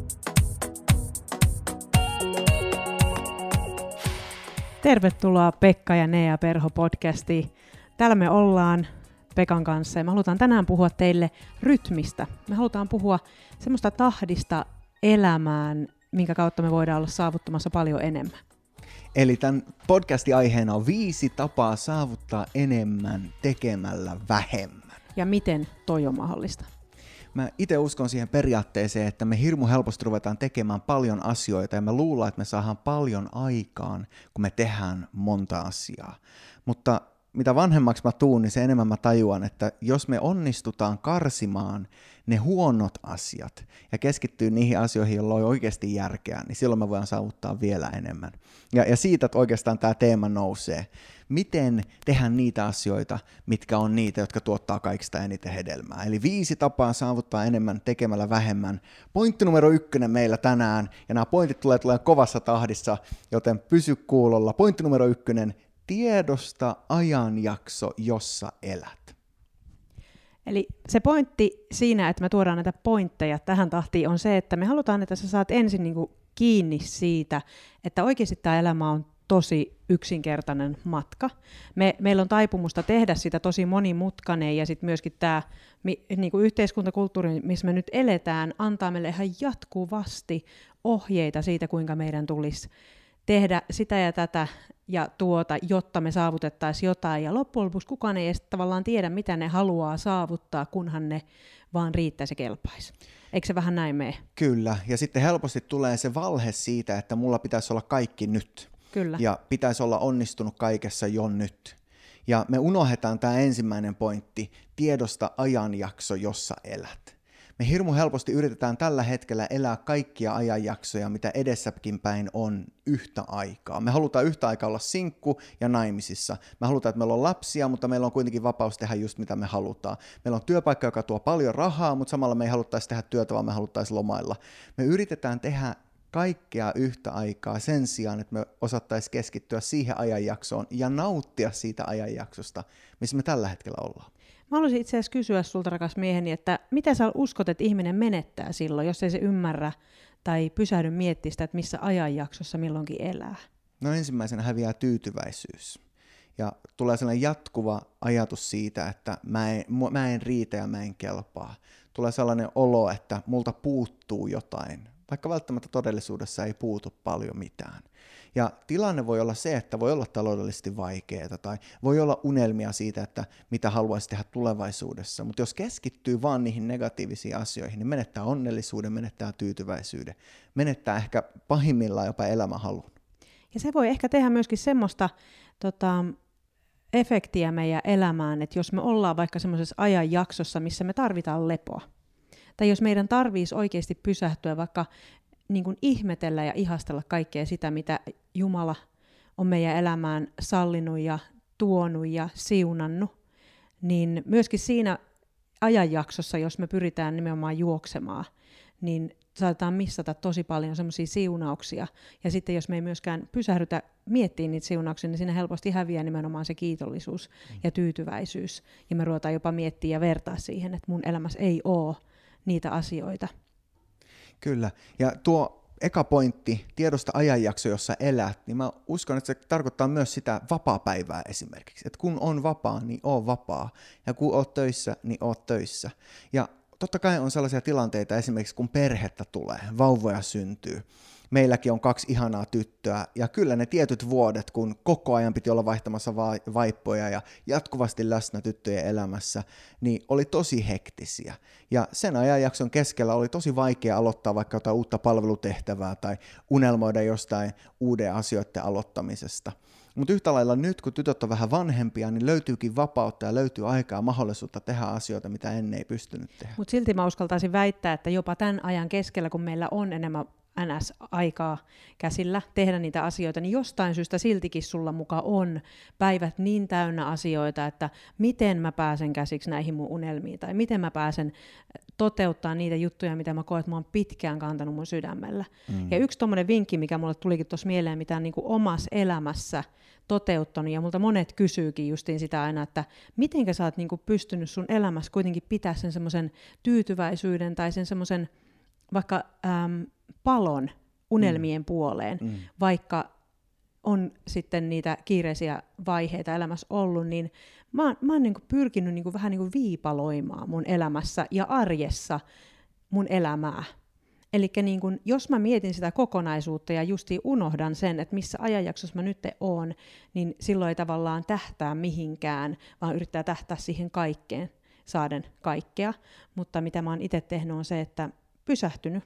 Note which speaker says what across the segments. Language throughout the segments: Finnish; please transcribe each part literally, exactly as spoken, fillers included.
Speaker 1: Tervetuloa Pekka ja Nea Perho podcastiin. Täällä me ollaan Pekan kanssa ja me halutaan tänään puhua teille rytmistä. Me halutaan puhua semmoista tahdista elämään, minkä kautta me voidaan olla saavuttamassa paljon enemmän.
Speaker 2: Eli tämän podcastin aiheena on viisi tapaa saavuttaa enemmän tekemällä vähemmän.
Speaker 1: Ja miten toi on mahdollista?
Speaker 2: Mä itse uskon siihen periaatteeseen, että me hirmu helposti ruvetaan tekemään paljon asioita ja me luullaan, että me saadaan paljon aikaan, kun me tehdään monta asiaa. Mutta mitä vanhemmaksi mä tuun, niin se enemmän mä tajuan, että jos me onnistutaan karsimaan ne huonot asiat ja keskittyy niihin asioihin, joilla on oikeasti järkeä, niin silloin me voidaan saavuttaa vielä enemmän. Ja, ja siitä että oikeastaan tämä teema nousee. Miten tehdä niitä asioita, mitkä on niitä, jotka tuottaa kaikista eniten hedelmää. Eli viisi tapaa saavuttaa enemmän tekemällä vähemmän. Pointti numero ykkönen meillä tänään, ja nämä pointit tulee tulee kovassa tahdissa, joten pysy kuulolla. Pointti numero ykkönen, tiedosta ajanjakso, jossa elät.
Speaker 1: Eli se pointti siinä, että me tuodaan näitä pointteja tähän tahtiin, on se, että me halutaan, että sä saat ensin niin kuin kiinni siitä, että oikeasti tämä elämä on tosi yksinkertainen matka. Me, meillä on taipumusta tehdä sitä tosi monimutkainen, ja sitten myöskin tämä niin kuin yhteiskuntakulttuuri, missä me nyt eletään, antaa meille ihan jatkuvasti ohjeita siitä, kuinka meidän tulisi tehdä sitä ja tätä ja tuota, jotta me saavutettaisiin jotain. Ja loppujen lopuksi kukaan ei edes tavallaan tiedä, mitä ne haluaa saavuttaa, kunhan ne vaan riittäisi ja kelpaisi. Eikö se vähän näin mene?
Speaker 2: Kyllä, ja sitten helposti tulee se valhe siitä, että mulla pitäisi olla kaikki nyt.
Speaker 1: Kyllä.
Speaker 2: Ja pitäisi olla onnistunut kaikessa jo nyt. Ja me unohdetaan tämä ensimmäinen pointti, tiedosta ajanjakso, jossa elät. Me hirmu helposti yritetään tällä hetkellä elää kaikkia ajanjaksoja, mitä edessäkin päin on yhtä aikaa. Me halutaan yhtä aikaa olla sinkku ja naimisissa. Me halutaan, että meillä on lapsia, mutta meillä on kuitenkin vapaus tehdä just mitä me halutaan. Meillä on työpaikka, joka tuo paljon rahaa, mutta samalla me ei haluttaisi tehdä työtä, vaan me haluttaisiin lomailla. Me yritetään tehdä kaikkea yhtä aikaa sen sijaan, että me osattaisiin keskittyä siihen ajanjaksoon ja nauttia siitä ajanjaksosta, missä me tällä hetkellä ollaan.
Speaker 1: Mä haluaisin itse asiassa kysyä sulta, rakas mieheni, että mitä sä uskot, että ihminen menettää silloin, jos ei se ymmärrä tai pysähdy miettimään sitä, että missä ajanjaksossa milloinkin elää?
Speaker 2: No ensimmäisenä häviää tyytyväisyys. Ja tulee sellainen jatkuva ajatus siitä, että mä en, mä en riitä ja mä en kelpaa. Tulee sellainen olo, että multa puuttuu jotain, vaikka välttämättä todellisuudessa ei puutu paljon mitään. Ja tilanne voi olla se, että voi olla taloudellisesti vaikeaa tai voi olla unelmia siitä, että mitä haluaisi tehdä tulevaisuudessa. Mutta jos keskittyy vaan niihin negatiivisiin asioihin, niin menettää onnellisuuden, menettää tyytyväisyyden, menettää ehkä pahimmillaan jopa elämänhalun.
Speaker 1: Ja se voi ehkä tehdä myöskin semmoista tota, efektiä meidän elämään, että jos me ollaan vaikka semmoisessa ajanjaksossa, missä me tarvitaan lepoa, tai jos meidän tarvitsisi oikeasti pysähtyä vaikka niin kuin ihmetellä ja ihastella kaikkea sitä, mitä Jumala on meidän elämään sallinut ja tuonut ja siunannut, niin myöskin siinä ajanjaksossa, jos me pyritään nimenomaan juoksemaan, niin saatetaan missata tosi paljon semmoisia siunauksia. Ja sitten jos me ei myöskään pysähdytä miettimään niitä siunauksia, niin siinä helposti häviää nimenomaan se kiitollisuus ja tyytyväisyys. Ja me ruvetaan jopa miettimään ja vertaa siihen, että mun elämässä ei ole niitä asioita.
Speaker 2: Kyllä, ja tuo eka pointti, tiedosta ajanjakso, jossa elät, niin mä uskon, että se tarkoittaa myös sitä vapaapäivää esimerkiksi. Että kun on vapaa, niin oo vapaa, ja kun oot töissä, niin oot töissä. Ja totta kai on sellaisia tilanteita esimerkiksi, kun perhettä tulee, vauvoja syntyy. Meilläkin on kaksi ihanaa tyttöä, ja kyllä ne tietyt vuodet, kun koko ajan piti olla vaihtamassa va- vaippoja ja jatkuvasti läsnä tyttöjen elämässä, niin oli tosi hektisiä. Ja sen ajanjakson keskellä oli tosi vaikea aloittaa vaikka jotain uutta palvelutehtävää tai unelmoida jostain uuden asioiden aloittamisesta. Mutta yhtä lailla nyt, kun tytöt on vähän vanhempia, niin löytyykin vapautta ja löytyy aikaa ja mahdollisuutta tehdä asioita, mitä ennen ei pystynyt tehdä.
Speaker 1: Mutta silti mä uskaltaisin väittää, että jopa tämän ajan keskellä, kun meillä on enemmän N S-aikaa käsillä tehdä niitä asioita, niin jostain syystä siltikin sulla muka on päivät niin täynnä asioita, että miten mä pääsen käsiksi näihin mun unelmiin, tai miten mä pääsen toteuttaa niitä juttuja, mitä mä koen, että mä oon pitkään kantanut mun sydämellä. Mm. Ja yksi tommonen vinkki, mikä mulle tulikin tuossa mieleen, mitä on niin kuin omassa elämässä toteuttanut, ja multa monet kysyykin justiin sitä aina, että mitenkä sä oot niin kuin pystynyt sun elämässä kuitenkin pitää sen semmoisen tyytyväisyyden tai sen semmoisen vaikka äm, palon unelmien mm. puoleen, mm. vaikka on sitten niitä kiireisiä vaiheita elämässä ollut, niin mä oon, mä oon niin kuin pyrkinyt niin kuin vähän niin kuin viipaloimaan mun elämässä ja arjessa mun elämää. Eli niin kun, jos mä mietin sitä kokonaisuutta ja justiin unohdan sen, että missä ajanjaksossa mä nyt oon, niin silloin ei tavallaan tähtää mihinkään, vaan yrittää tähtää siihen kaikkeen, saaden kaikkea. Mutta mitä mä oon itse tehnyt on se, että pysähtynyt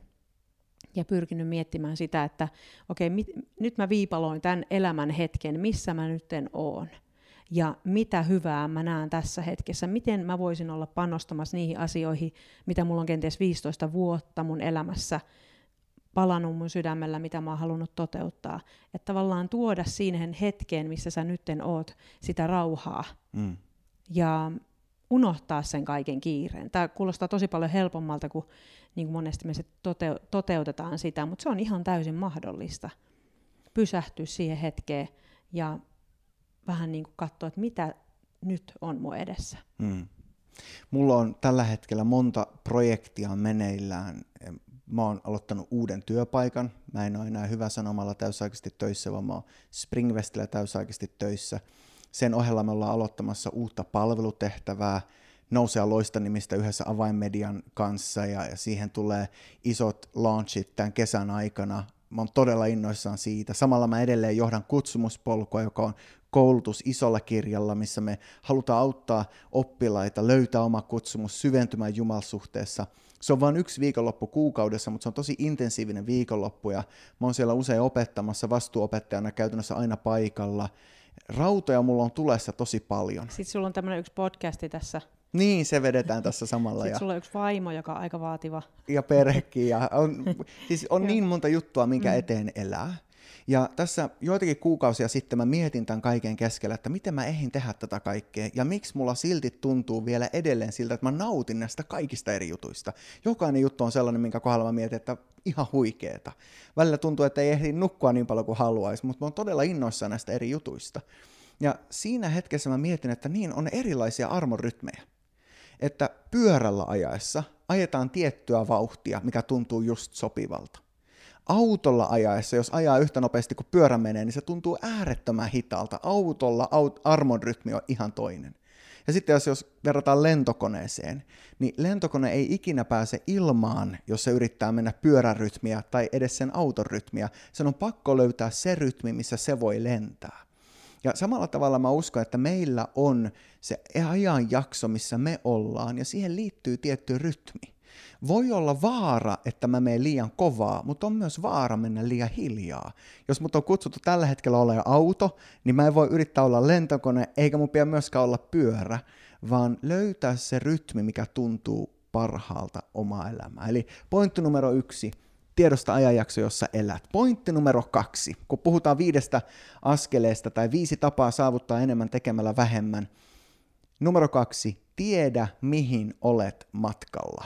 Speaker 1: ja pyrkinyt miettimään sitä, että okei, mit, nyt mä viipaloin tämän elämän hetken, missä mä nyt oon. Ja mitä hyvää mä näen tässä hetkessä, miten mä voisin olla panostamassa niihin asioihin, mitä mulla on kenties viisitoista vuotta mun elämässä palannut mun sydämellä, mitä mä oon halunnut toteuttaa. Että tavallaan tuoda siihen hetkeen, missä sä nytten oot, sitä rauhaa mm. ja unohtaa sen kaiken kiireen. Tämä kuulostaa tosi paljon helpommalta, kuin, niin kuin monesti me se tote- toteutetaan sitä, mutta se on ihan täysin mahdollista pysähtyä siihen hetkeen ja vähän niin kuin katsoa, että mitä nyt on mun edessä. Hmm.
Speaker 2: Mulla on tällä hetkellä monta projektia meneillään. Mä oon aloittanut uuden työpaikan. Mä en ole enää Hyvä Sanomalla täysaikaisesti töissä, vaan mä oon Springvestillä täysaikaisesti töissä. Sen ohella me ollaan aloittamassa uutta palvelutehtävää, Nousea loista nimistä yhdessä Avainmedian kanssa, ja, ja siihen tulee isot launchit tämän kesän aikana. Mä oon todella innoissaan siitä. Samalla mä edelleen johdan Kutsumuspolkua, joka on koulutus isolla kirjalla, missä me halutaan auttaa oppilaita löytää oma kutsumus, syventymään jumalsuhteessa. Se on vain yksi viikonloppu kuukaudessa, mutta se on tosi intensiivinen viikonloppu, ja mä oon siellä usein opettamassa vastuuopettajana käytännössä aina paikalla. Rautoja mulla on tulessa tosi paljon.
Speaker 1: Sitten sulla on tämmöinen yksi podcasti tässä.
Speaker 2: Niin, se vedetään tässä samalla.
Speaker 1: Sitten
Speaker 2: ja
Speaker 1: sulla on yksi vaimo, joka on aika vaativa.
Speaker 2: Ja perhekin. Ja on siis on niin monta juttua, minkä mm. eteen elää. Ja tässä joitakin kuukausia sitten mä mietin tämän kaiken keskellä, että miten mä ehdin tehdä tätä kaikkea, ja miksi mulla silti tuntuu vielä edelleen siltä, että mä nautin näistä kaikista eri jutuista. Jokainen juttu on sellainen, minkä kohdalla mä mietin, että ihan huikeeta. Välillä tuntuu, että ei ehdi nukkua niin paljon kuin haluaisi, mutta mä oon todella innoissaan näistä eri jutuista. Ja siinä hetkessä mä mietin, että niin on erilaisia armonrytmejä. Että pyörällä ajaessa ajetaan tiettyä vauhtia, mikä tuntuu just sopivalta. Autolla ajaessa, jos ajaa yhtä nopeasti kuin pyörä menee, niin se tuntuu äärettömän hitaalta. Autolla aut- armonrytmi on ihan toinen. Ja sitten jos, jos verrataan lentokoneeseen, niin lentokone ei ikinä pääse ilmaan, jos se yrittää mennä pyörärytmiä tai edes sen auton rytmiä. Sen on pakko löytää se rytmi, missä se voi lentää. Ja samalla tavalla mä uskon, että meillä on se ajanjakso, missä me ollaan, ja siihen liittyy tietty rytmi. Voi olla vaara, että mä menen liian kovaa, mutta on myös vaara mennä liian hiljaa. Jos mut on kutsuttu tällä hetkellä olemaan auto, niin mä en voi yrittää olla lentokone, eikä mun pidä myöskään olla pyörä, vaan löytää se rytmi, mikä tuntuu parhaalta omaa elämää. Eli pointti numero yksi, tiedosta ajanjakso, jossa elät. Pointti numero kaksi, kun puhutaan viidestä askeleesta tai viisi tapaa saavuttaa enemmän tekemällä vähemmän. Numero kaksi, tiedä mihin olet matkalla.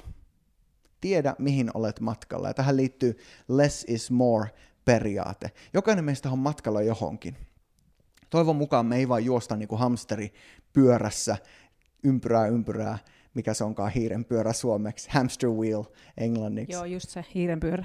Speaker 2: Tiedä, mihin olet matkalla. Ja tähän liittyy less is more -periaate. Jokainen meistä on matkalla johonkin. Toivon mukaan me ei vaan juosta niin kuin hamsteri pyörässä, ympyrää ympyrää, mikä se onkaan hiirenpyörä suomeksi, hamster wheel englanniksi.
Speaker 1: Joo, just se hiirenpyörä.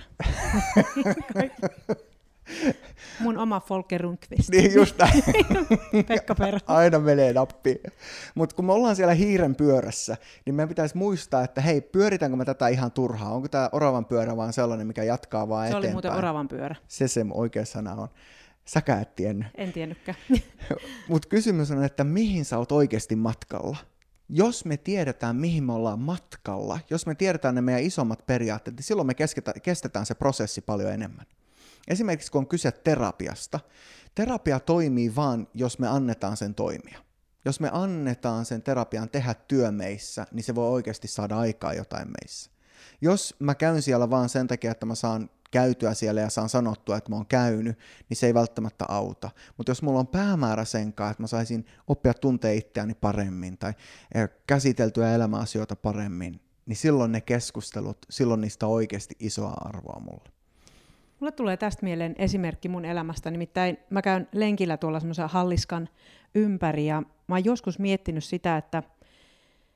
Speaker 1: Mun oma Folke Rundqvist.
Speaker 2: Niin just näin.
Speaker 1: Pekka Perho.
Speaker 2: Aina menee nappiin. Mutta kun me ollaan siellä hiiren pyörässä, niin meidän pitäisi muistaa, että hei, pyöritäänkö me tätä ihan turhaa? Onko tämä oravan pyörä vaan sellainen, mikä jatkaa vaan
Speaker 1: se
Speaker 2: eteenpäin?
Speaker 1: Se oli muuten oravan pyörä.
Speaker 2: Se se oikea sana on. Säkään et tiennyt.
Speaker 1: En tiennytkään.
Speaker 2: Mutta kysymys on, että mihin sä oot oikeasti matkalla? Jos me tiedetään, mihin me ollaan matkalla, jos me tiedetään ne meidän isommat periaatteet, niin silloin me kestetään se prosessi paljon enemmän. Esimerkiksi kun on kyse terapiasta, terapia toimii vaan, jos me annetaan sen toimia. Jos me annetaan sen terapian tehdä työ meissä, niin se voi oikeasti saada aikaa jotain meissä. Jos mä käyn siellä vaan sen takia, että mä saan käytyä siellä ja saan sanottua, että mä oon käynyt, niin se ei välttämättä auta. Mutta jos mulla on päämäärä senkaan, että mä saisin oppia tuntea itseäni paremmin tai käsiteltyä elämäasioita paremmin, niin silloin ne keskustelut, silloin niistä on oikeasti isoa arvoa mulle.
Speaker 1: Mulle tulee tästä mieleen esimerkki mun elämästä, nimittäin mä käyn lenkillä tuolla semmoisen halliskan ympäri, ja mä oon joskus miettinyt sitä, että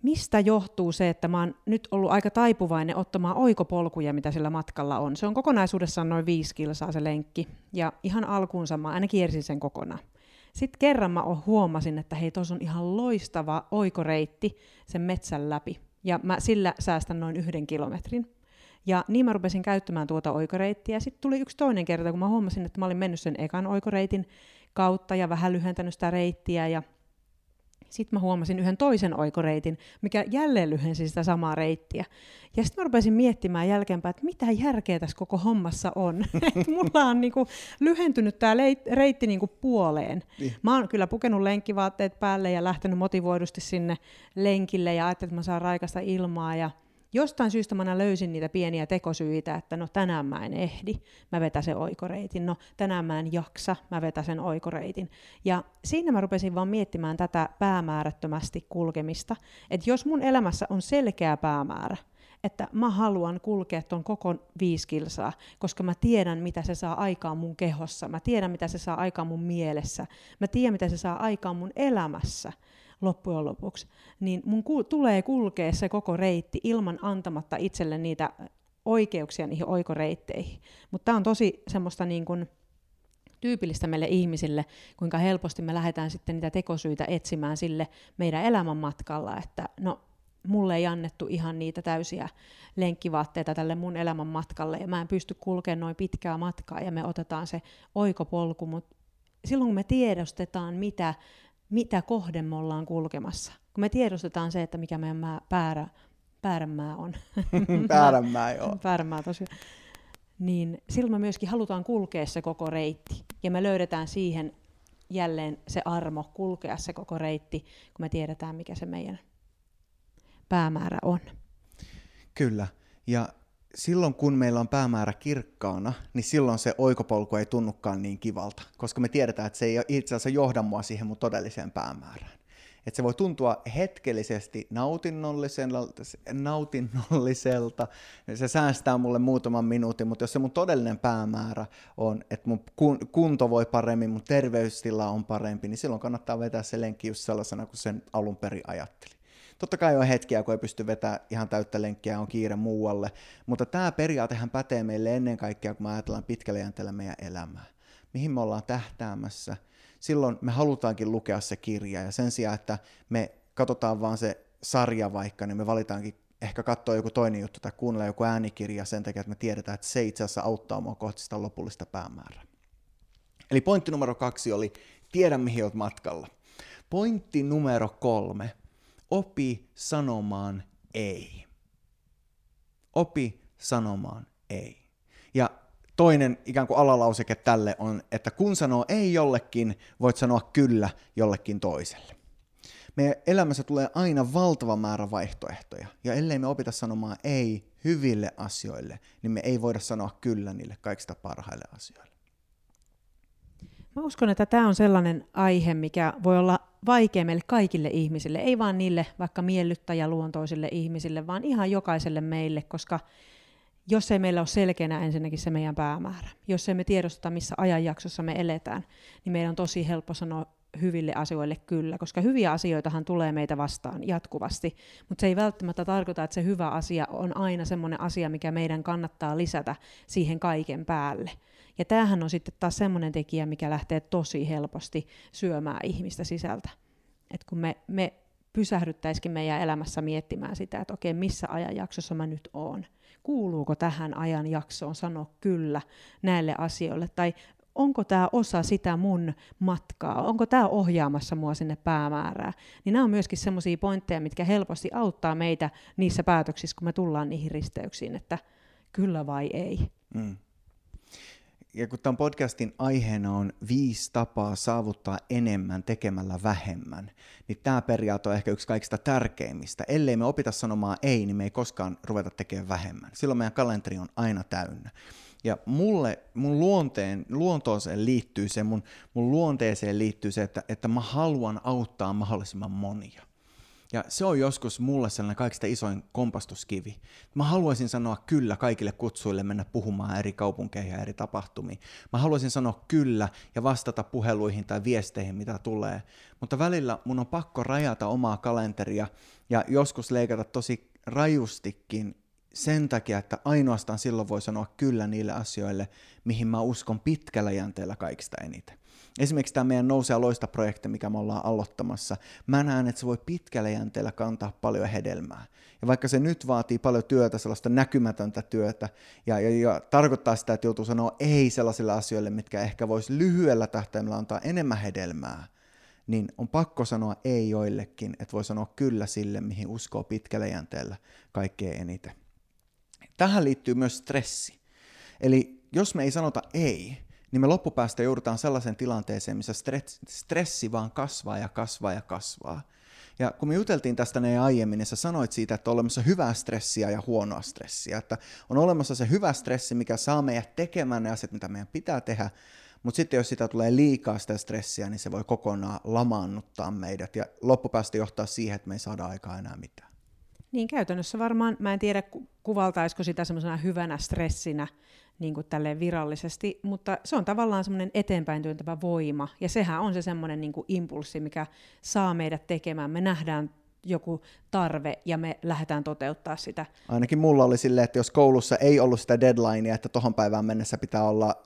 Speaker 1: mistä johtuu se, että mä oon nyt ollut aika taipuvainen ottamaan oikopolkuja, mitä sillä matkalla on. Se on kokonaisuudessaan noin viisi kilsaa se lenkki, ja ihan alkuunsa mä aina kiersin sen kokonaan. Sitten kerran mä huomasin, että hei, tuossa on ihan loistava oikoreitti sen metsän läpi, ja mä sillä säästän noin yhden kilometrin. Ja niin mä rupesin käyttämään tuota oikoreittiä. Sitten tuli yksi toinen kerta, kun mä huomasin, että mä olin mennyt sen ekan oikoreitin kautta ja vähän lyhentänyt sitä reittiä, ja sitten mä huomasin yhden toisen oikoreitin, mikä jälleen lyhensi sitä samaa reittiä. Ja sitten mä rupesin miettimään jälkeenpäin, että mitä järkeä tässä koko hommassa on. Mulla on niinku lyhentynyt tämä reitti niinku puoleen. Niin. Mä oon kyllä pukenut lenkkivaatteet päälle ja lähtenyt motivoidusti sinne lenkille ja ajattelin, että mä saan raikasta ilmaa. Ja jostain syystä mä aina löysin niitä pieniä tekosyitä, että no tänään mä en ehdi, mä vetäsen oikoreitin, no tänään mä en jaksa, mä vetäsen oikoreitin. Ja siinä mä rupesin vaan miettimään tätä päämäärättömästi kulkemista, että jos mun elämässä on selkeä päämäärä, että mä haluan kulkea ton koko viisi kilsaa, koska mä tiedän, mitä se saa aikaan mun kehossa, mä tiedän, mitä se saa aikaan mun mielessä, mä tiedän, mitä se saa aikaan mun elämässä, loppujen lopuksi, niin mun ku- tulee kulkea se koko reitti ilman antamatta itselle niitä oikeuksia niihin oikoreitteihin. Mutta tämä on tosi semmoista niin kun tyypillistä meille ihmisille, kuinka helposti me lähdetään sitten niitä tekosyitä etsimään sille meidän elämänmatkalla, että no mulle ei annettu ihan niitä täysiä lenkkivaatteita tälle mun elämän matkalle, ja mä en pysty kulkemaan noin pitkää matkaa, ja me otetaan se oikopolku, mutta silloin kun me tiedostetaan, mitä mitä kohden me ollaan kulkemassa. Kun me tiedostetaan se, että mikä meidän mää, päärä, päärämää on.
Speaker 2: Päärämää, joo.
Speaker 1: Päärämää tosiaan. Niin silloin me myöskin halutaan kulkea se koko reitti. Ja me löydetään siihen jälleen se armo kulkea se koko reitti, kun me tiedetään, mikä se meidän päämäärä on.
Speaker 2: Kyllä. Ja silloin kun meillä on päämäärä kirkkaana, niin silloin se oikopolku ei tunnukaan niin kivalta, koska me tiedetään, että se ei itse asiassa johda mua siihen mun todelliseen päämäärään. Että se voi tuntua hetkellisesti nautinnolliselta, se säästää mulle muutaman minuutin, mutta jos se mun todellinen päämäärä on, että mun kunto voi paremmin, mun terveystila on parempi, niin silloin kannattaa vetää se lenkki just sellaisena, kuin sen alun perin ajatteli. Totta kai on hetkiä, kun ei pysty vetämään ihan täyttä lenkkiä, on kiire muualle, mutta tämä periaatehan pätee meille ennen kaikkea, kun me ajatellaan pitkällä jänteellä meidän elämää. Mihin me ollaan tähtäämässä? Silloin me halutaankin lukea se kirja, ja sen sijaan, että me katsotaan vaan se sarja vaikka, niin me valitaankin ehkä katsoa joku toinen juttu tai kuunnella joku äänikirja sen takia, että me tiedetään, että se itse asiassa auttaa mua kohti sitä lopullista päämäärää. Eli pointti numero kaksi oli, tiedä mihin olet matkalla. Pointti numero kolme. Opi sanomaan ei. Opi sanomaan ei. Ja toinen ikään kuin alalauseke tälle on, että kun sanoo ei jollekin, voit sanoa kyllä jollekin toiselle. Meidän elämässä tulee aina valtava määrä vaihtoehtoja, ja ellei me opita sanomaan ei hyville asioille, niin me ei voida sanoa kyllä niille kaikista parhaille asioille.
Speaker 1: Mä uskon, että tämä on sellainen aihe, mikä voi olla vaikea meille kaikille ihmisille, ei vaan niille vaikka miellyttäjäluontoisille ihmisille, vaan ihan jokaiselle meille, koska jos ei meillä ole selkeänä ensinnäkin se meidän päämäärä, jos ei me tiedosteta, missä ajanjaksossa me eletään, niin meidän on tosi helppo sanoa hyville asioille kyllä, koska hyviä asioitahan tulee meitä vastaan jatkuvasti, mutta se ei välttämättä tarkoita, että se hyvä asia on aina semmoinen asia, mikä meidän kannattaa lisätä siihen kaiken päälle. Ja tämähän on sitten taas semmoinen tekijä, mikä lähtee tosi helposti syömään ihmistä sisältä. Et kun me, me pysähdyttäisikin meidän elämässä miettimään sitä, että okei, missä ajanjaksossa mä nyt oon? Kuuluuko tähän ajanjaksoon sanoa kyllä näille asioille? Tai onko tämä osa sitä mun matkaa? Onko tämä ohjaamassa mua sinne päämäärään? Niin nämä on myöskin semmoisia pointteja, mitkä helposti auttaa meitä niissä päätöksissä, kun me tullaan niihin risteyksiin, että kyllä vai ei. Mm.
Speaker 2: Ja kun tämän podcastin aiheena on viisi tapaa saavuttaa enemmän tekemällä vähemmän, niin tämä periaate on ehkä yksi kaikista tärkeimmistä. Ellei me opita sanomaan ei, niin me ei koskaan ruveta tekemään vähemmän. Silloin meidän kalenteri on aina täynnä. Ja mulle, mun luonteen, luontooseen liittyy se, mun, mun luonteeseen liittyy se, että, että mä haluan auttaa mahdollisimman monia. Ja se on joskus mulle sellainen kaikista isoin kompastuskivi. Mä haluaisin sanoa kyllä kaikille kutsuille mennä puhumaan eri kaupunkeihin ja eri tapahtumiin. Mä haluaisin sanoa kyllä ja vastata puheluihin tai viesteihin, mitä tulee. Mutta välillä mun on pakko rajata omaa kalenteria ja joskus leikata tosi rajustikin sen takia, että ainoastaan silloin voi sanoa kyllä niille asioille, mihin mä uskon pitkällä jänteellä kaikista eniten. Esimerkiksi tämä meidän Nouse ja loista-projekti, mikä me ollaan aloittamassa, mä näen, että se voi pitkällä jänteellä kantaa paljon hedelmää. Ja vaikka se nyt vaatii paljon työtä, sellaista näkymätöntä työtä, ja, ja, ja tarkoittaa sitä, että joutuu sanoa ei sellaisille asioille, mitkä ehkä voisi lyhyellä tähtäimellä antaa enemmän hedelmää, niin on pakko sanoa ei joillekin, että voi sanoa kyllä sille, mihin uskoo pitkällä jänteellä kaikkein eniten. Tähän liittyy myös stressi. Eli jos me ei sanota ei, niin me loppupäästä joudutaan sellaiseen tilanteeseen, missä stressi vaan kasvaa ja kasvaa ja kasvaa. Ja kun me juteltiin tästä ne aiemmin, niin sä sanoit siitä, että on olemassa hyvää stressiä ja huonoa stressiä. Että on olemassa se hyvä stressi, mikä saa meidät tekemään ne asiat, mitä meidän pitää tehdä, mutta sitten jos sitä tulee liikaa sitä stressiä, niin se voi kokonaan lamaannuttaa meidät ja loppupäästä johtaa siihen, että me ei saada aikaa enää mitään.
Speaker 1: Niin käytännössä varmaan, mä en tiedä kuvaltaisiko sitä semmoisena hyvänä stressinä niin kuin tälleen virallisesti, mutta se on tavallaan semmoinen eteenpäin työntävä voima, ja sehän on se semmoinen niin kuin impulssi, mikä saa meidät tekemään. Me nähdään joku tarve ja me lähdetään toteuttaa sitä. Ainakin
Speaker 2: mulla oli silleen, että jos koulussa ei ollut sitä deadlinea, että tohon päivään mennessä pitää olla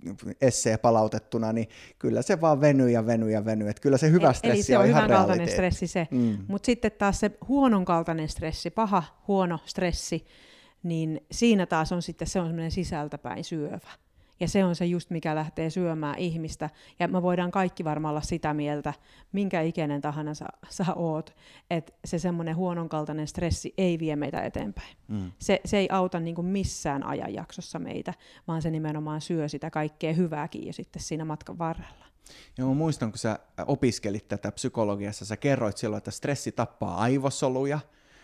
Speaker 2: essee palautettuna, niin kyllä se vaan venyy ja venyy ja venyy. Että kyllä se hyvä stressi
Speaker 1: Eli se
Speaker 2: on,
Speaker 1: on
Speaker 2: ihan
Speaker 1: hyvän kaltainen stressi se.
Speaker 2: Mm.
Speaker 1: Mutta sitten taas se huonon kaltainen stressi, paha, huono stressi, niin siinä taas on sitten se on semmoinen sisältäpäin syövä. Ja se on se just, mikä lähtee syömään ihmistä. Ja me voidaan kaikki varmaan olla sitä mieltä, minkä ikäinen tahansa sä, sä oot, että se semmoinen huononkaltainen stressi ei vie meitä eteenpäin. Mm. Se, se ei auta niin kuin missään ajanjaksossa meitä, vaan se nimenomaan syö sitä kaikkea hyvääkin jo sitten siinä matkan varrella.
Speaker 2: Ja mä muistan, kun sä opiskelit tätä psykologiassa, sä kerroit silloin, että stressi tappaa aivosoluja,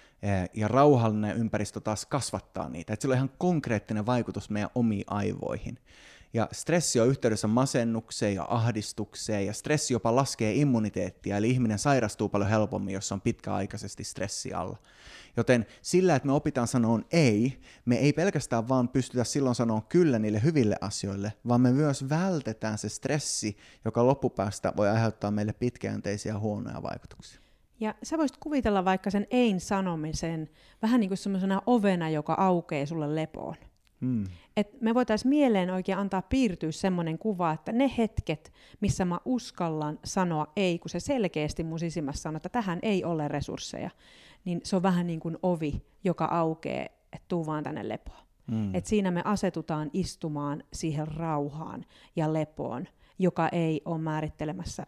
Speaker 2: ja rauhallinen ympäristö taas kasvattaa niitä. Että sillä on ihan konkreettinen vaikutus meidän omiin aivoihin. Ja stressi on yhteydessä masennukseen ja ahdistukseen, ja stressi jopa laskee immuniteettia, eli ihminen sairastuu paljon helpommin, jos on pitkäaikaisesti stressi alla. Joten sillä, että me opitaan sanoa ei, me ei pelkästään vaan pystytä silloin sanoa kyllä niille hyville asioille, vaan me myös vältetään se stressi, joka loppupäästä voi aiheuttaa meille pitkäjänteisiä huonoja vaikutuksia.
Speaker 1: Ja sä voisit kuvitella vaikka sen ein sanomisen vähän niin kuin semmoisena ovena, joka aukeaa sulle lepoon. Hmm. Et me voitaisiin mieleen oikein antaa piirtyä semmoinen kuva, että ne hetket, missä mä uskallan sanoa ei, kun se selkeästi mun sisimmässä sanoo, että tähän ei ole resursseja, niin se on vähän niin kuin ovi, joka aukeaa, että tuu vaan tänne lepoon. Hmm. Et siinä me asetutaan istumaan siihen rauhaan ja lepoon, joka ei ole määrittelemässä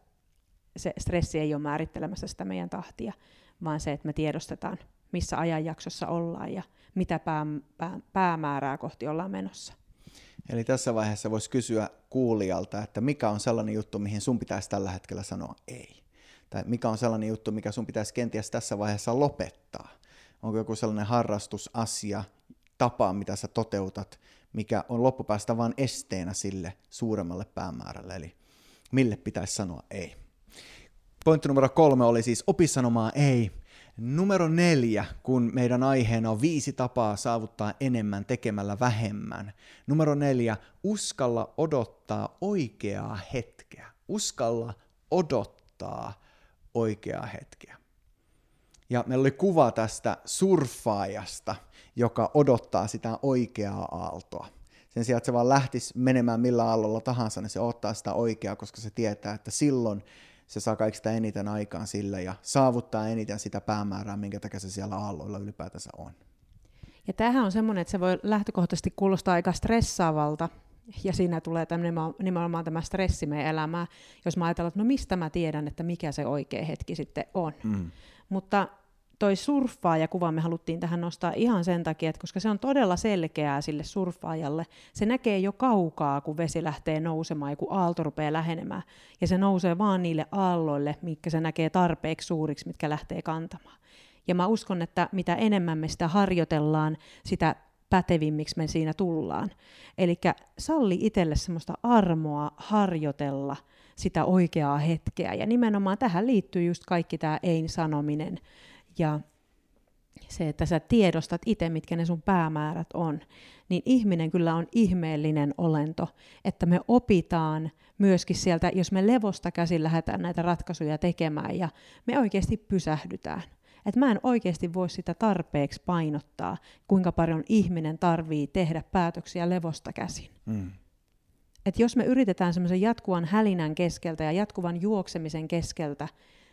Speaker 1: se stressi ei ole määrittelemässä sitä meidän tahtia, vaan se, että me tiedostetaan, missä ajanjaksossa ollaan ja mitä pää, pää, päämäärää kohti ollaan menossa.
Speaker 2: Eli tässä vaiheessa voisi kysyä kuulijalta, että mikä on sellainen juttu, mihin sun pitäisi tällä hetkellä sanoa ei? Tai mikä on sellainen juttu, mikä sun pitäisi kenties tässä vaiheessa lopettaa? Onko joku sellainen harrastusasia, tapa, mitä sä toteutat, mikä on loppupäästä vain esteenä sille suuremmalle päämäärälle? Eli mille pitäisi sanoa ei? Pointti numero kolme oli siis opi sanomaan ei. Numero neljä, kun meidän aiheena on viisi tapaa saavuttaa enemmän tekemällä vähemmän. Numero neljä, uskalla odottaa oikeaa hetkeä. Uskalla odottaa oikeaa hetkeä. Ja meillä oli kuva tästä surffaajasta, joka odottaa sitä oikeaa aaltoa. Sen sijaan, että se vaan lähtisi menemään millä aallolla tahansa, niin se ottaa sitä oikeaa, koska se tietää, että silloin se saa kaikista eniten aikaan sillä ja saavuttaa eniten sitä päämäärää, minkä takia se siellä aalloilla ylipäätänsä on.
Speaker 1: Ja tämähän on semmoinen, että se voi lähtökohtaisesti kuulostaa aika stressaavalta, ja siinä tulee nimenomaan tämä stressi meidän elämään, jos mä ajatellaan, että no mistä mä tiedän, että mikä se oikea hetki sitten on. Mm. Mutta toi surffaajakuva me haluttiin tähän nostaa ihan sen takia, että koska se on todella selkeää sille surffaajalle, se näkee jo kaukaa, kun vesi lähtee nousemaan ja kun aalto rupeaa lähenemään, ja se nousee vaan niille aalloille, mitkä se näkee tarpeeksi suuriksi, mitkä lähtee kantamaan. Ja mä uskon, että mitä enemmän me sitä harjoitellaan, sitä pätevimmiksi me siinä tullaan. Eli salli itselle semmoista armoa harjoitella sitä oikeaa hetkeä, ja nimenomaan tähän liittyy just kaikki tämä ei-sanominen, ja se, että sä tiedostat itse, mitkä ne sun päämäärät on, niin ihminen kyllä on ihmeellinen olento, että me opitaan myöskin sieltä, jos me levosta käsin lähdetään näitä ratkaisuja tekemään ja me oikeasti pysähdytään. Että mä en oikeasti voi sitä tarpeeksi painottaa, kuinka paljon ihminen tarvii tehdä päätöksiä levosta käsin. Mm. Että jos me yritetään semmoisen jatkuvan hälinän keskeltä ja jatkuvan juoksemisen keskeltä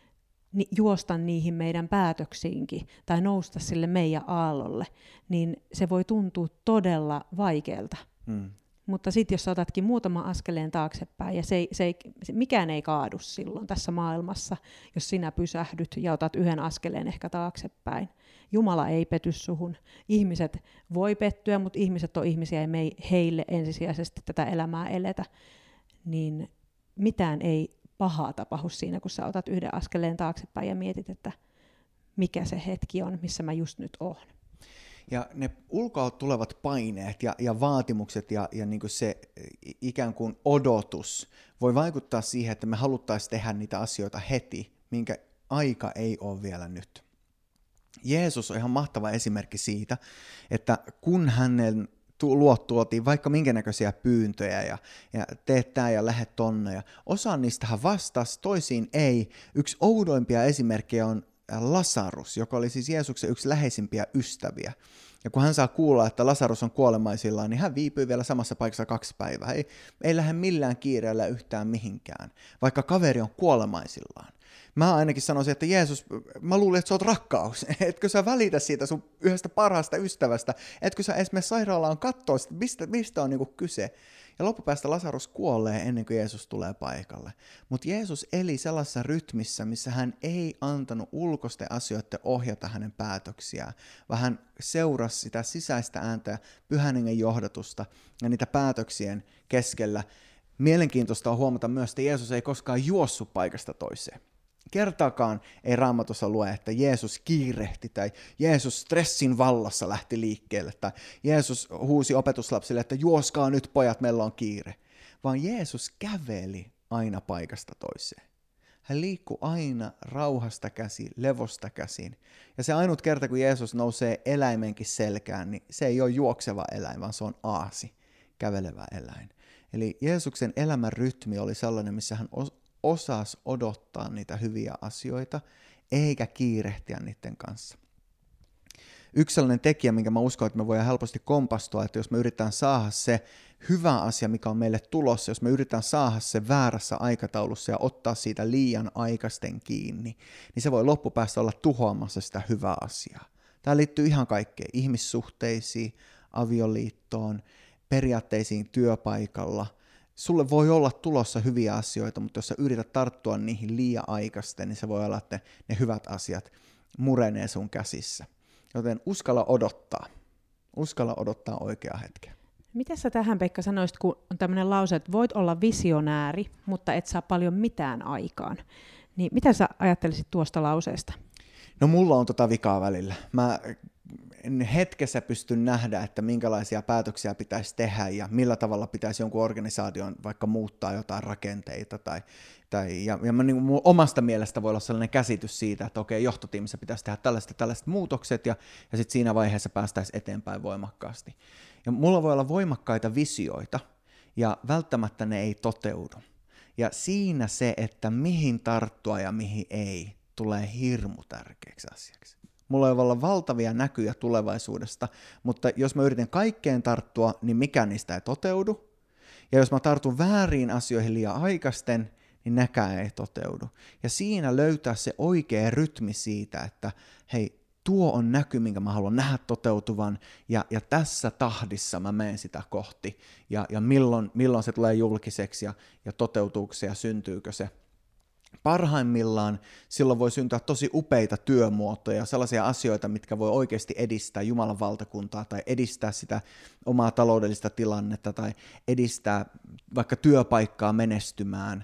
Speaker 1: ni, juosta niihin meidän päätöksiinkin tai nousta sille meidän aallolle, niin se voi tuntua todella vaikealta. Mm. Mutta sitten jos sä otatkin muutaman askeleen taaksepäin, ja se ei, se ei, se, mikään ei kaadu silloin tässä maailmassa, jos sinä pysähdyt ja otat yhden askeleen ehkä taaksepäin. Jumala ei pety suhun. Ihmiset voi pettyä, mutta ihmiset on ihmisiä ja me ei heille ensisijaisesti tätä elämää eletä. Niin mitään ei pahaa tapahdu siinä, kun sä otat yhden askeleen taaksepäin ja mietit, että mikä se hetki on, missä mä just nyt oon.
Speaker 2: Ja ne ulkoa tulevat paineet ja, ja vaatimukset ja, ja niin kuin se ikään kuin odotus voi vaikuttaa siihen, että me haluttaisiin tehdä niitä asioita heti, minkä aika ei ole vielä nyt. Jeesus on ihan mahtava esimerkki siitä, että kun hänen luot tuotiin vaikka minkä näköisiä pyyntöjä ja, ja teet tää ja lähde tonne ja osa niistä hän vastasi, toisiin ei. Yksi oudoimpia esimerkkejä on Lasarus, joka oli siis Jeesuksen yksi läheisimpiä ystäviä. Ja kun hän saa kuulla, että Lasarus on kuolemaisillaan, niin hän viipyy vielä samassa paikassa kaksi päivää. Ei, ei lähde millään kiireellä yhtään mihinkään, vaikka kaveri on kuolemaisillaan. Mä ainakin sanoisin, että Jeesus, mä luulin, että sä oot rakkaus. Etkö sä välitä siitä sun yhdestä parhaasta ystävästä? Etkö sä edes mene sairaalaan katsoa, mistä, mistä on niinku kyse? Ja loppupäästä Lasarus kuolee ennen kuin Jeesus tulee paikalle. Mutta Jeesus eli sellaisessa rytmissä, missä hän ei antanut ulkoisten asioiden ohjata hänen päätöksiään, vaan hän seurasi sitä sisäistä ääntä ja Pyhän Hengen johdatusta ja niitä päätöksien keskellä. Mielenkiintoista on huomata myös, että Jeesus ei koskaan juossut paikasta toiseen. Kertaakaan ei Raamatussa lue, että Jeesus kiirehti tai Jeesus stressin vallassa lähti liikkeelle tai Jeesus huusi opetuslapsille, että juoskaa nyt pojat, meillä on kiire. Vaan Jeesus käveli aina paikasta toiseen. Hän liikkui aina rauhasta käsin, levosta käsin. Ja se ainut kerta, kun Jeesus nousee eläimenkin selkään, niin se ei ole juokseva eläin, vaan se on aasi, kävelevä eläin. Eli Jeesuksen elämän rytmi oli sellainen, missä hän osasi odottaa niitä hyviä asioita, eikä kiirehtiä niiden kanssa. Yksi sellainen tekijä, minkä mä uskon, että me voidaan helposti kompastua, että jos me yritetään saada se hyvä asia, mikä on meille tulossa, jos me yritetään saada se väärässä aikataulussa ja ottaa siitä liian aikaisten kiinni, niin se voi loppupäästä olla tuhoamassa sitä hyvää asiaa. Tämä liittyy ihan kaikkeen, ihmissuhteisiin, avioliittoon, periaatteisiin työpaikalla. Sulle voi olla tulossa hyviä asioita, mutta jos sä yrität tarttua niihin liian aikaisten, niin se voi olla, että ne hyvät asiat murenee sun käsissä. Joten uskalla odottaa. Uskalla odottaa oikeaa hetkeä.
Speaker 1: Mitä sä tähän, Pekka, sanoisit, kun on tämmöinen lause, että voit olla visionääri, mutta et saa paljon mitään aikaan. Niin mitä sä ajattelisit tuosta lauseesta?
Speaker 2: No mulla on tota vikaa välillä. Mä en hetkessä pysty nähdä, että minkälaisia päätöksiä pitäisi tehdä ja millä tavalla pitäisi jonkun organisaation vaikka muuttaa jotain rakenteita. Tai, tai, ja ja mä, niin mun omasta mielestä voi olla sellainen käsitys siitä, että okei, johtotiimissä pitäisi tehdä tällaiset tällaiset muutokset ja, ja sitten siinä vaiheessa päästäisiin eteenpäin voimakkaasti. Ja mulla voi olla voimakkaita visioita ja välttämättä ne ei toteudu. Ja siinä se, että mihin tarttua ja mihin ei, tulee hirmu tärkeäksi asiaksi. Mulla voi olla valtavia näkyjä tulevaisuudesta, mutta jos mä yritän kaikkeen tarttua, niin mikään niistä ei toteudu. Ja jos mä tartun vääriin asioihin liian aikaisten, niin näkään ei toteudu. Ja siinä löytää se oikea rytmi siitä, että hei, tuo on näky, minkä mä haluan nähdä toteutuvan, ja, ja tässä tahdissa mä menen sitä kohti, ja, ja milloin, milloin se tulee julkiseksi, ja, ja toteutuuko se, ja syntyykö se. Parhaimmillaan silloin voi syntyä tosi upeita työmuotoja, sellaisia asioita, mitkä voi oikeasti edistää Jumalan valtakuntaa tai edistää sitä omaa taloudellista tilannetta tai edistää vaikka työpaikkaa menestymään.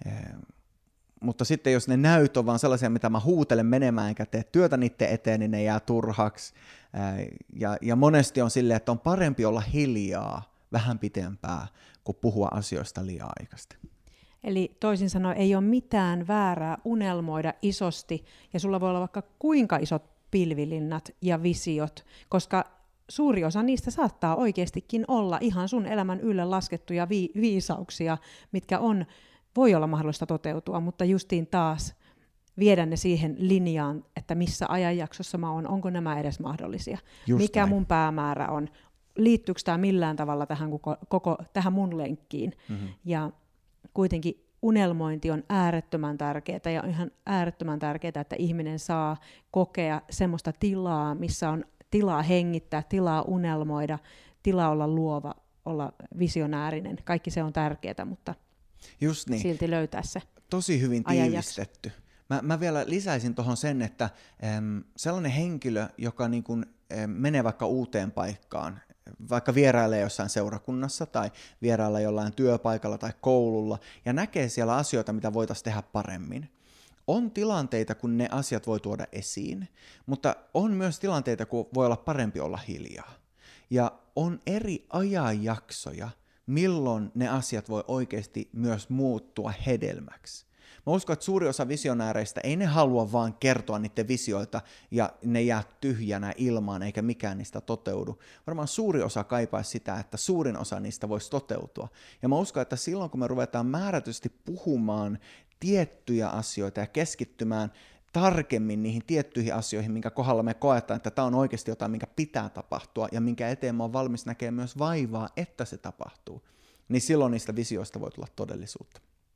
Speaker 2: Mutta sitten jos ne näyt on vaan sellaisia, mitä mä huutelen menemään enkä tee työtä niiden eteen, niin ne jää turhaksi. Ja, ja monesti on silleen, että on parempi olla hiljaa vähän pitempää kuin puhua asioista liian aikaisesti.
Speaker 1: Eli toisin sanoen ei ole mitään väärää unelmoida isosti, ja sulla voi olla vaikka kuinka isot pilvilinnat ja visiot, koska suuri osa niistä saattaa oikeastikin olla ihan sun elämän ylle laskettuja vi- viisauksia, mitkä on, voi olla mahdollista toteutua, mutta justiin taas viedä ne siihen linjaan, että missä ajanjaksossa mä oon, onko nämä edes mahdollisia,
Speaker 2: Just
Speaker 1: mikä
Speaker 2: näin.
Speaker 1: mun päämäärä on, liittyykö tämä millään tavalla tähän, koko, koko, tähän mun lenkkiin. Mm-hmm. Ja kuitenkin unelmointi on äärettömän tärkeää ja on ihan äärettömän tärkeää, että ihminen saa kokea semmoista tilaa, missä on tilaa hengittää, tilaa unelmoida, tilaa olla luova, olla visionäärinen. Kaikki se on tärkeää, mutta
Speaker 2: Just niin.
Speaker 1: silti löytää se
Speaker 2: Tosi hyvin
Speaker 1: ajanjakso.
Speaker 2: tiivistetty. Mä, mä vielä lisäisin tuohon sen, että äm, sellainen henkilö, joka niin kun, äm, menee vaikka uuteen paikkaan, vaikka vierailee jossain seurakunnassa tai vierailla jollain työpaikalla tai koululla ja näkee siellä asioita, mitä voitaisiin tehdä paremmin. On tilanteita, kun ne asiat voi tuoda esiin, mutta on myös tilanteita, kun voi olla parempi olla hiljaa. Ja on eri ajanjaksoja, milloin ne asiat voi oikeasti myös muuttua hedelmäksi. Mä uskon, että suuri osa visionääreistä ei ne halua vaan kertoa niiden visioita ja ne jää tyhjänä ilmaan eikä mikään niistä toteudu. Varmaan suuri osa kaipaisi sitä, että suurin osa niistä voisi toteutua. Ja mä uskon, että silloin kun me ruvetaan määrätysti puhumaan tiettyjä asioita ja keskittymään tarkemmin niihin tiettyihin asioihin, minkä kohdalla me koetaan, että tämä on oikeasti jotain, minkä pitää tapahtua ja minkä eteen mä oon valmis näkemään myös vaivaa, että se tapahtuu, niin silloin niistä visioista voi tulla todellisuutta.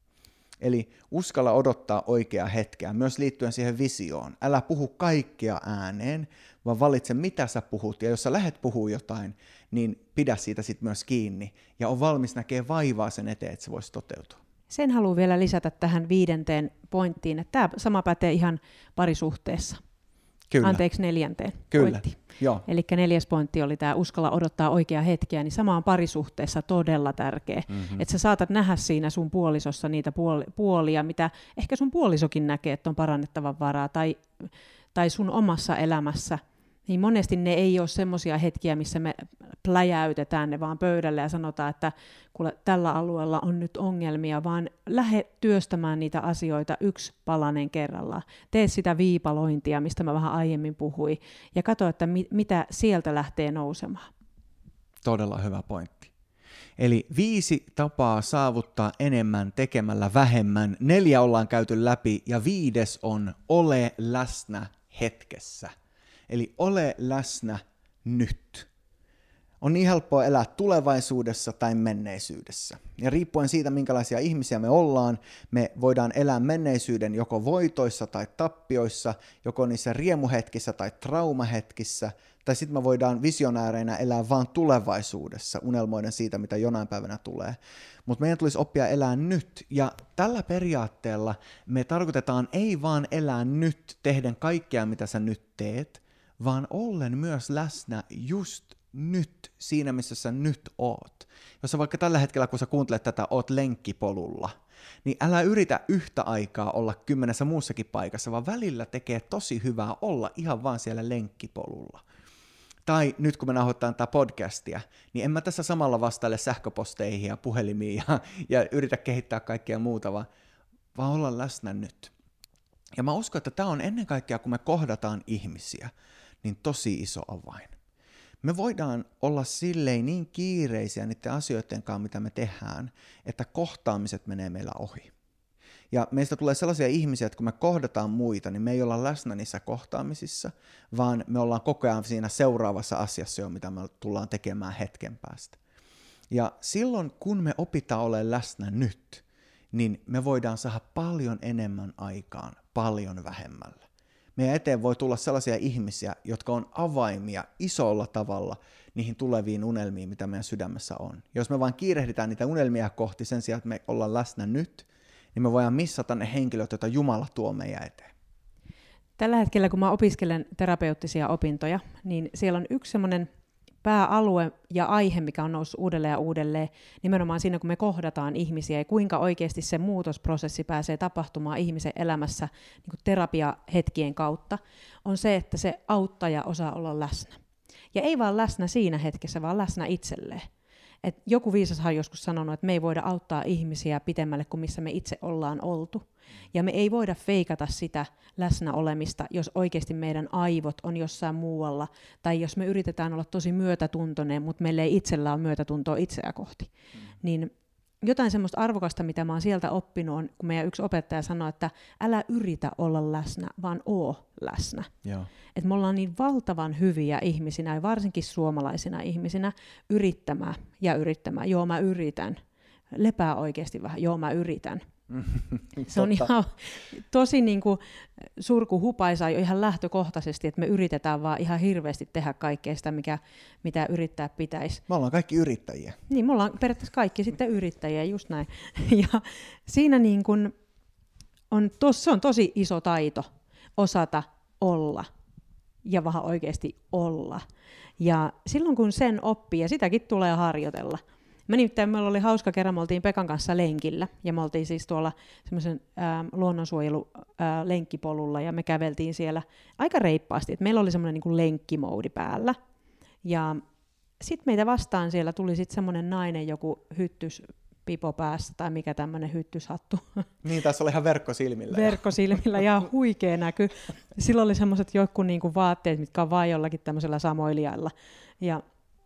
Speaker 2: Eli uskalla odottaa oikeaa hetkeä, myös liittyen siihen visioon. Älä puhu kaikkea ääneen, vaan valitse mitä sä puhut. Ja jos sä lähdet puhua jotain, niin pidä siitä sitten myös kiinni. Ja on valmis näkemään vaivaa sen eteen, että se voisi toteutua.
Speaker 1: Sen haluan vielä lisätä tähän viidenteen pointtiin, että tämä sama pätee ihan parisuhteessa.
Speaker 2: Kyllä.
Speaker 1: Anteeksi, neljänteen
Speaker 2: Kyllä.
Speaker 1: pointtiin.
Speaker 2: Joo.
Speaker 1: Eli neljäs pointti oli tämä uskalla odottaa oikeaa hetkeä, niin sama on parisuhteessa todella tärkeä. Mm-hmm. Että sä saatat nähdä siinä sun puolisossa niitä puoli- puolia, mitä ehkä sun puolisokin näkee, että on parannettavan varaa, tai, tai sun omassa elämässä. Niin monesti ne ei ole semmoisia hetkiä, missä me pläjäytetään ne vaan pöydälle ja sanotaan, että kuule, tällä alueella on nyt ongelmia, vaan lähde työstämään niitä asioita yksi palanen kerrallaan. Tee sitä viipalointia, mistä mä vähän aiemmin puhuin, ja katso, että mi- mitä sieltä lähtee nousemaan.
Speaker 2: Todella hyvä pointti. Eli viisi tapaa saavuttaa enemmän tekemällä vähemmän. Neljä ollaan käyty läpi ja viides on ole läsnä hetkessä. Eli ole läsnä nyt. On niin helppoa elää tulevaisuudessa tai menneisyydessä. Ja riippuen siitä, minkälaisia ihmisiä me ollaan, me voidaan elää menneisyyden joko voitoissa tai tappioissa, joko niissä riemuhetkissä tai traumahetkissä, tai sitten me voidaan visionääreinä elää vaan tulevaisuudessa, unelmoiden siitä, mitä jonain päivänä tulee. Mutta meidän tulisi oppia elää nyt, ja tällä periaatteella me tarkoitetaan ei vaan elää nyt, tehden kaikkea, mitä sä nyt teet, vaan ollen myös läsnä just nyt, siinä missä sä nyt oot. Jos sä vaikka tällä hetkellä, kun sä kuuntelet tätä, oot lenkkipolulla, niin älä yritä yhtä aikaa olla kymmenessä muussakin paikassa, vaan välillä tekee tosi hyvää olla ihan vaan siellä lenkkipolulla. Tai nyt kun me nauhoitetaan tätä podcastia, niin en mä tässä samalla vastaile sähköposteihin ja puhelimiin ja, ja yritä kehittää kaikkea muuta, vaan, vaan olla läsnä nyt. Ja mä uskon, että tämä on ennen kaikkea, kun me kohdataan ihmisiä, niin tosi iso avain. Me voidaan olla silleen niin kiireisiä niiden asioiden kanssa, mitä me tehdään, että kohtaamiset menee meillä ohi. Ja meistä tulee sellaisia ihmisiä, että kun me kohdataan muita, niin me ei olla läsnä niissä kohtaamisissa, vaan me ollaan koko ajan siinä seuraavassa asiassa jo, mitä me tullaan tekemään hetken päästä. Ja silloin, kun me opitaan olemaan läsnä nyt, niin me voidaan saada paljon enemmän aikaan, paljon vähemmällä. Meidän eteen voi tulla sellaisia ihmisiä, jotka on avaimia isolla tavalla niihin tuleviin unelmiin, mitä meidän sydämessä on. Jos me vaan kiirehditään niitä unelmia kohti sen sijaan, että me ollaan läsnä nyt, niin me voidaan missata ne henkilöt, joita Jumala tuo meidän eteen.
Speaker 1: Tällä hetkellä, kun mä opiskelen terapeuttisia opintoja, niin siellä on yksi semmoinen pääalue ja aihe, mikä on noussut uudelleen ja uudelleen, nimenomaan siinä, kun me kohdataan ihmisiä ja kuinka oikeasti se muutosprosessi pääsee tapahtumaan ihmisen elämässä niin kuin terapiahetkien kautta, on se, että se auttaja osaa olla läsnä. Ja ei vaan läsnä siinä hetkessä, vaan läsnä itselleen. Et joku viisashan on joskus sanonut, että me ei voida auttaa ihmisiä pitemmälle kuin missä me itse ollaan oltu. Ja me ei voida feikata sitä läsnäolemista, jos oikeasti meidän aivot on jossain muualla, tai jos me yritetään olla tosi myötätuntoinen, mutta meillä ei itsellä ole myötätuntoa itseä kohti. Mm. Niin jotain semmoista arvokasta, mitä mä oon sieltä oppinut, on, kun meidän yksi opettaja sanoi, että älä yritä olla läsnä, vaan oo läsnä. Että me ollaan niin valtavan hyviä ihmisinä, ja varsinkin suomalaisina ihmisinä, yrittämään ja yrittämään. Joo, mä yritän. Lepää oikeasti vähän. Joo, mä yritän. Se on ihan tosi niin kuin surkuhupaisaa jo ihan lähtökohtaisesti, että me yritetään vaan ihan hirveästi tehdä kaikkea sitä, mikä, mitä yrittää pitäisi.
Speaker 2: Me ollaan kaikki yrittäjiä.
Speaker 1: Niin, me ollaan periaatteessa kaikki sitten yrittäjiä, just näin. Ja siinä niin kuin on, tos, se on tosi iso taito osata olla ja vähän oikeasti olla. Ja silloin kun sen oppii, ja sitäkin tulee harjoitella. Mä nimittäin, meillä oli hauska kerran, me oltiin Pekan kanssa lenkillä, ja me oltiin siis tuolla semmoisen luonnonsuojelulenkkipolulla, ja me käveltiin siellä aika reippaasti, että meillä oli semmoinen niin kuin lenkkimoodi päällä. Ja sitten meitä vastaan siellä tuli sitten semmoinen nainen, joku hyttys pipo päässä, tai mikä tämmöinen hyttyshattu.
Speaker 2: Niin, tässä oli ihan verkkosilmillä.
Speaker 1: Verkkosilmillä, ja huikea näky. Sillä oli semmoiset joku niinku vaatteet, mitkä on vaan jollakin tämmöisellä samoilijalla. Ja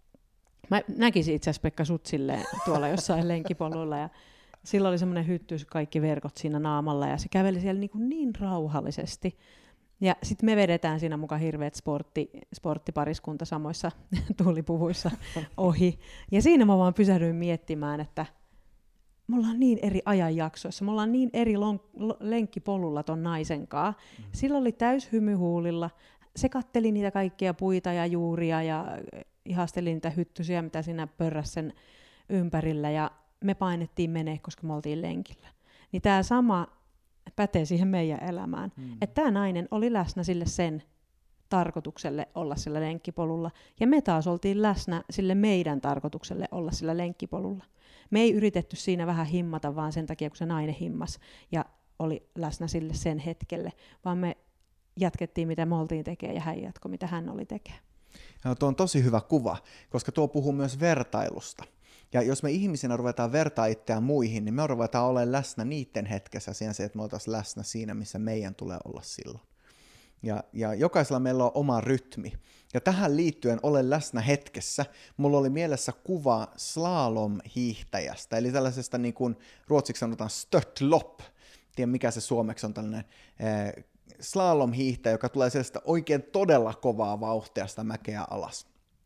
Speaker 1: mä näkisin itse asiassa Pekka sut silleen tuolla jossain lenkkipolulla, ja sillä oli semmoinen hyttys, kaikki verkot siinä naamalla, ja se käveli siellä niin, niin rauhallisesti. Ja sitten me vedetään siinä mukaan hirveät sportti, sporttipariskunta samoissa tuulipuvuissa ohi. Ja siinä mä vaan pysähdyin miettimään, että me ollaan niin eri ajanjaksoissa, me ollaan niin eri lon- lenkkipolulla ton naisen kanssa. Mm. Sillä oli täys hymy huulilla, se katteli niitä kaikkia puita ja juuria ja ihasteli niitä hyttysiä, mitä siinä pörräsi sen ympärillä, ja me painettiin menee, koska me oltiin lenkillä. Niin tämä sama pätee siihen meidän elämään. Mm. Että tämä nainen oli läsnä sille sen tarkoitukselle olla sillä lenkkipolulla, ja me taas oltiin läsnä sille meidän tarkoitukselle olla sillä lenkkipolulla. Me ei yritetty siinä vähän himmata, vaan sen takia, kun se nainen himmas ja oli läsnä sille sen hetkelle, vaan me jatkettiin, mitä me oltiin tekemään, ja hän jatkoi, mitä hän oli tekemään.
Speaker 2: Ja tuo on tosi hyvä kuva, koska tuo puhuu myös vertailusta. Ja jos me ihmisinä ruvetaan vertaa itseään muihin, niin me ruvetaan olemaan läsnä niiden hetkessä siihen se, että me oltaisiin läsnä siinä, missä meidän tulee olla silloin. Ja, ja jokaisella meillä on oma rytmi. Ja tähän liittyen olen läsnä hetkessä. Mulla oli mielessä kuva slalom-hiihtäjästä, eli tällaisesta niin kuin ruotsiksi sanotaan störtlopp. Tiedän mikä se suomeksi on tällainen eh, slalom-hiihtäjä, joka tulee sellaista oikein todella kovaa vauhtia sitä mäkeä alas.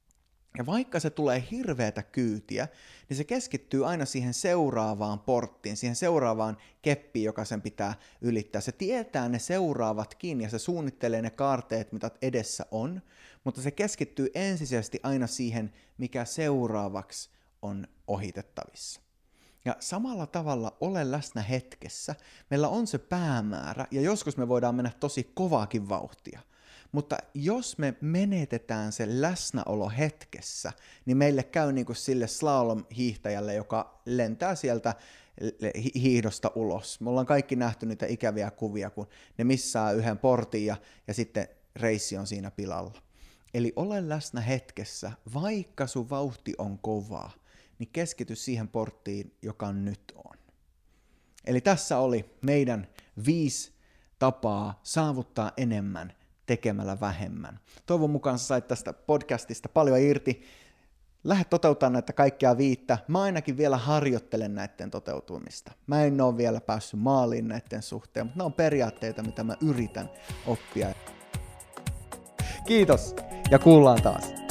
Speaker 2: Ja vaikka se tulee hirveätä kyytiä, niin se keskittyy aina siihen seuraavaan porttiin, siihen seuraavaan keppiin, joka sen pitää ylittää. Se tietää ne seuraavatkin ja se suunnittelee ne kaarteet, mitä edessä on, mutta se keskittyy ensisijaisesti aina siihen, mikä seuraavaksi on ohitettavissa. Ja samalla tavalla ole läsnä hetkessä. Meillä on se päämäärä ja joskus me voidaan mennä tosi kovaakin vauhtia. Mutta jos me menetetään se läsnäolo hetkessä, niin meille käy niin kuin sille slalom-hiihtäjälle, joka lentää sieltä hiihdosta ulos. Me ollaan kaikki nähty niitä ikäviä kuvia, kun ne missaa yhden portin ja, ja sitten reissi on siinä pilalla. Eli ole läsnä hetkessä, vaikka sun vauhti on kovaa, niin keskity siihen porttiin, joka nyt on. Eli tässä oli meidän viisi tapaa saavuttaa enemmän tekemällä vähemmän. Toivon mukaan sä sait tästä podcastista paljon irti. Lähde toteuttaa näitä kaikkia viittä. Mä ainakin vielä harjoittelen näiden toteutumista. Mä en ole vielä päässyt maaliin näiden suhteen, mutta nämä on periaatteita, mitä mä yritän oppia. Kiitos ja kuullaan taas.